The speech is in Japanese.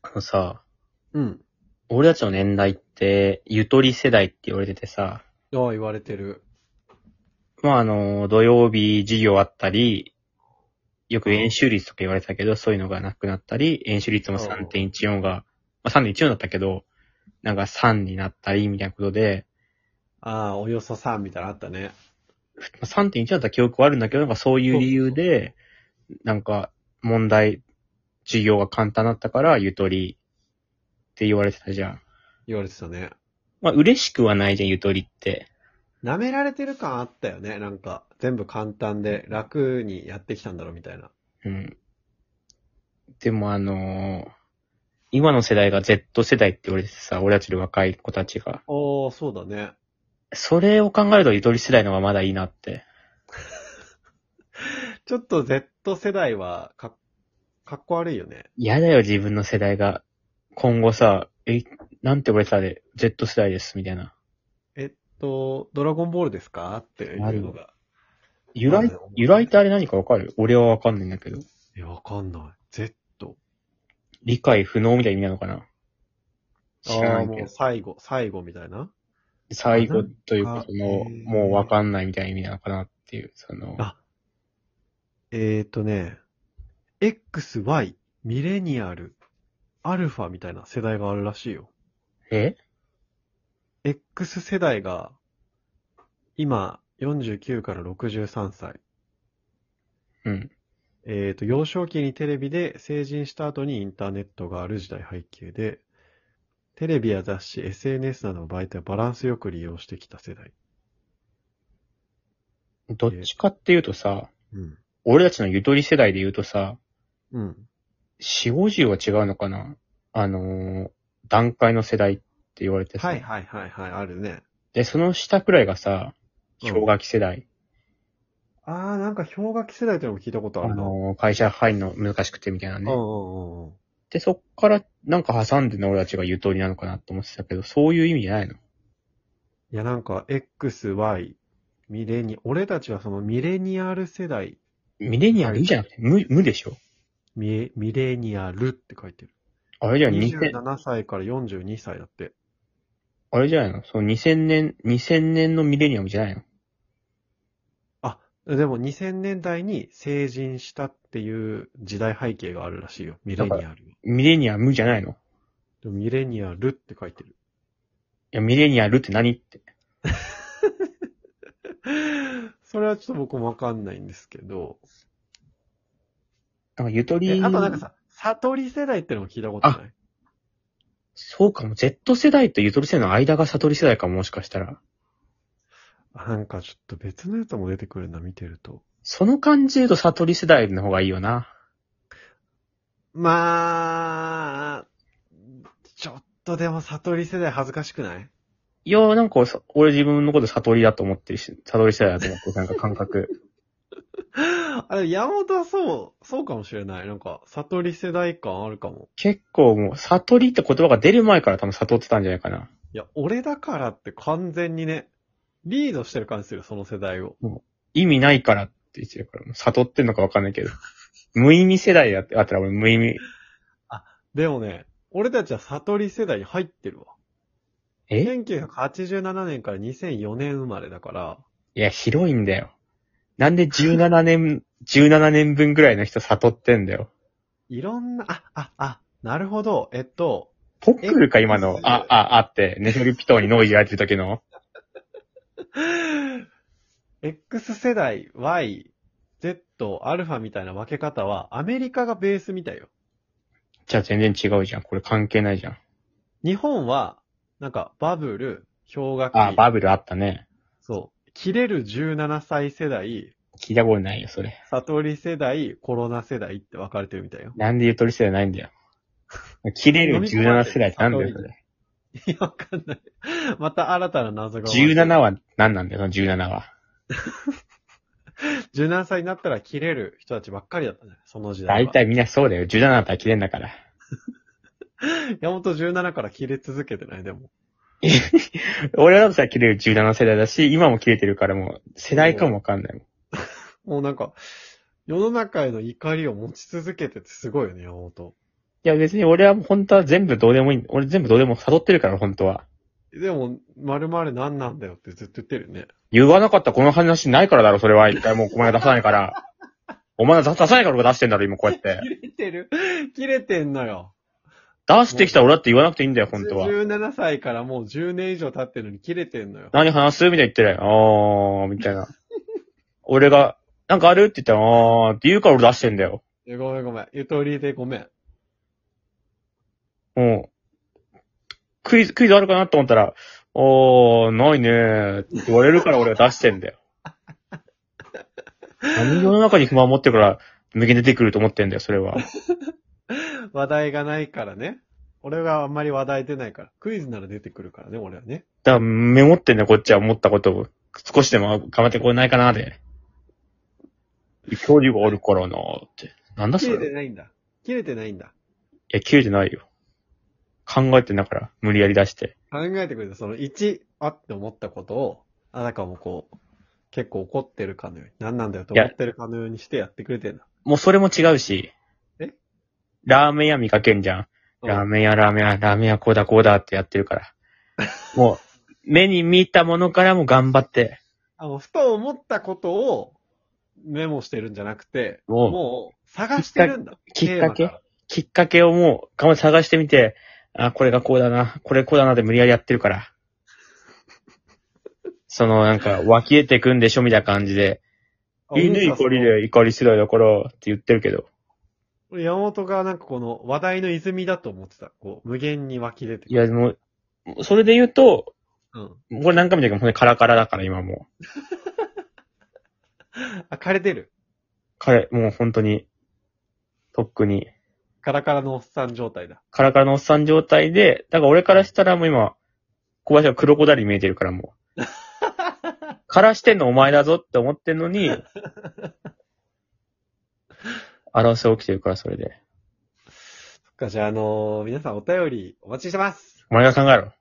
さ、 うん。 俺たちの年代って、ゆとり世代って言われててさ、 ああ、言われてる。 土曜日授業あったり、よくうん。 円周率とか言われてたけど、そういうのがなくなったり、円周率もうん。 3.14が、3.14だったけど、なんか3になったり、みたいなことで、 ああ、およそ3みたいなのあったね。 3.1だった記憶はあるんだけど、なんかそういう理そうそうそう。 由で、なんか問題、授業が簡単だったから、ゆとりって言われてたじゃん。 言われてたね。 嬉しくはないじゃん、ゆとりって。 舐められてる感あったよね。なんか、全部簡単で楽にやってきたんだろうみたいな。 うん。でも今の世代が Z 世代って言われててさ、俺たちの若い子たちが。 ああ、そうだね。 それを考えるとゆとり世代の方がまだいいなって。 ちょっと Z 世代はかっこ悪いよね。 嫌だよ、自分の世代が。今後さ、なんて言われてたで、Z 世代です、みたいな。 ドラゴンボールですかってなるよ。 いうのが、 由来、 まず思うよね。 由来ってあれ何かわかる？俺はわかんないんだけど。 わかんない。Z。 理解不能みたいな意味なのかな？知らああ、 ないけど。 もう最後みたいな。あ、 最後なんというか、 か、 もうわかんないみたいな意味なのかなっていう、 あ、ね、X、Y、ミレニアル、アルファみたいな世代があるらしいよ。 え X 世代が、今、49から63歳。 うん。 幼少期にテレビで成人した後にインターネットがある時代背景で、テレビや雑誌、SNS などの媒体をバランスよく利用してきた世代。で、 どっちかっていうとさ、 うん。 俺たちのゆとり世代で言うとさ、 うん。 4、50は違うのかな？段階の世代って言われてさ。 はいはいはいはい、あるね。 で、その下くらいがさ、氷うん。 河期世代。 なんか氷河期世代ってのも聞いたことあるな。 会社入るの難しくてみたいなうんうね。 んうんうん。 で、そっからなんか挟んでの俺たちがゆとりなのかなと思ってたけど、そういう意味じゃないの？ いやなんか X、Y、俺たちはそのミレニアル世代ミレニアに入る。 ルじゃなくて、無でしょ？ ミレニアルって書いてる。 あれじゃん、2000、 27歳から42歳だって。 あれじゃないの？その2000年のミレニアムじゃないの？ あ、でも2000年代に成人したっていう時代背景があるらしいよ。ミだから、 レニアルは。 ミレニアムじゃないの？いでもミレニアルって書いてる。 や、ミレニアルって何って。 それはちょっと僕もわかんないんですけど。 なんかゆとあとなんかり、 さ、悟り世代ってのも聞いたことあ、 ない？ そうかも。Z 世代とゆとり世代の間が悟り世代かも、もしかしたら。 なんかちょっと別のやつも出てくるな、見てると。 その感じで言うと悟り世代の方がいいよな。 まあ、ちょっとでも悟り世代恥ずかしくない？ いや、なんか俺自分のこと悟りだと思ってるし、悟り世代だと思ってる、なんか感覚。 あれ、山本はそうかもしれない。なんか、悟り世代感あるかも。 結構もう、悟りって言葉が出る前から多分悟ってたんじゃないかな。 いや、俺だからって完全にね、リードしてる感じするよ、その世代を。 もう意味ないからって言ってるから、悟ってんのかわかんないけど。無意味世代だってあったら俺無意味。 あ、でもね、俺たちは悟り世代に入ってるわ。 え 1987年から2004年生まれだから、 いや、広いんだよ。なんで17年分ぐらいの人悟ってんだよ。 いろんな、なるほど。 ポックルか今 X、 の、って、ネフリピトーにノイズやってる時の。 X 世代、Y、Z、アルファみたいな分け方はアメリカがベースみたいよ。 じゃあ全然違うじゃん。これ関係ないじゃん。 日本は、なんかバブル、氷河期、 バブルあったね。 そう、切れる17歳世代、 聞いたことないよ、それ。 悟り世代、コロナ世代って分かれてるみたいよ。 なんでゆとり世代ないんだよ。切れる飲み込まれ 17 てる、 世代ってなんだよ、 悟りに。 それ。 いや、わかんない。また新たな謎が生まれて 17 る。 は何なんだよ、その17は。 17歳になったら切れる人たちばっかりだったね、その時代は。 大体みんなそうだよ。17だったら切れんだから。 山本17から切れ続けてない、でも。 俺だとさ、切れる17世代だし、今も切れてるからもう、世代かもわかんないもん。 もうなんか、世の中への怒りを持ち続けててすごいよね、山本。 いや別に俺は本当は全部どうでもいい。俺全部どうでも誘ってるから、本当は。 でも、〇〇何なんだよってずっと言ってるよね。 言わなかったらこの話ないからだろ、それは。一回もうお前が出さないから。お前が出さないから俺が出してんだろ、今こうやって。 切れてんのよ。 出してきたら俺だって言わなくていいんだよ、本当は。 17歳からもう10年以上経ってるのに切れてんのよ。 何話すみたいに言ってる。みたいな。俺が、なんかあるって言ったら、って言うから俺出してんだよ。 ごめんごめん。ゆとりでごめん。 もう、クイズあるかなと思ったら、ないねーって言われるから俺が出してんだよ。何世の中に不満を持ってるから無限に出てくると思ってんだよ、それは。 話題がないからね。俺があんまり話題出ないから。クイズなら出てくるからね、俺はね。 だからメモってんだよ、こっちは思ったことを。少しでも頑張ってこれないかなで。距離があるからなーって。なんだそれ。 切れてないんだ。切れてないんだ。 いや、切れてないよ。考えてんだから、無理やり出して。 考えてくれた、その1、あって思ったことを、あたかもこう、結構怒ってるかのように、何なんだよと思ってるかのようにしてやってくれてんだ。 もうそれも違うし。 えラーメン屋見かけんじゃん。ラーメン屋、こうだってやってるから。もう、目に見たものからも頑張って。 ふと思ったことをメモしてるんじゃなくて、 もうもう探してるんだ。 きっかテーマらきっかけをもう、頑張って探してみて、これがこうだな、これこうだなって無理やりやってるから。なんか、湧き出てくんでしょみたいな感じで、いいね、怒り世代だからって言ってるけど。 山本がなんかこの話題の泉だと思ってた。こう、無限に湧き出てくる。 いや、もう、それで言うと、 うん。 これ何回も言うけど、ほんとにカラカラだから今もう。 枯れてる。 もう本当に、とっくに、 カラカラのおっさん状態だ。 カラカラのおっさん状態で、だから俺からしたらもう今、小林がクロコダイルに見えてるからもう。枯らしてんのお前だぞって思ってんのに、争い起きてるから、それで。 そっか、じゃあ皆さんお便りお待ちしてます。 お前が考えろ。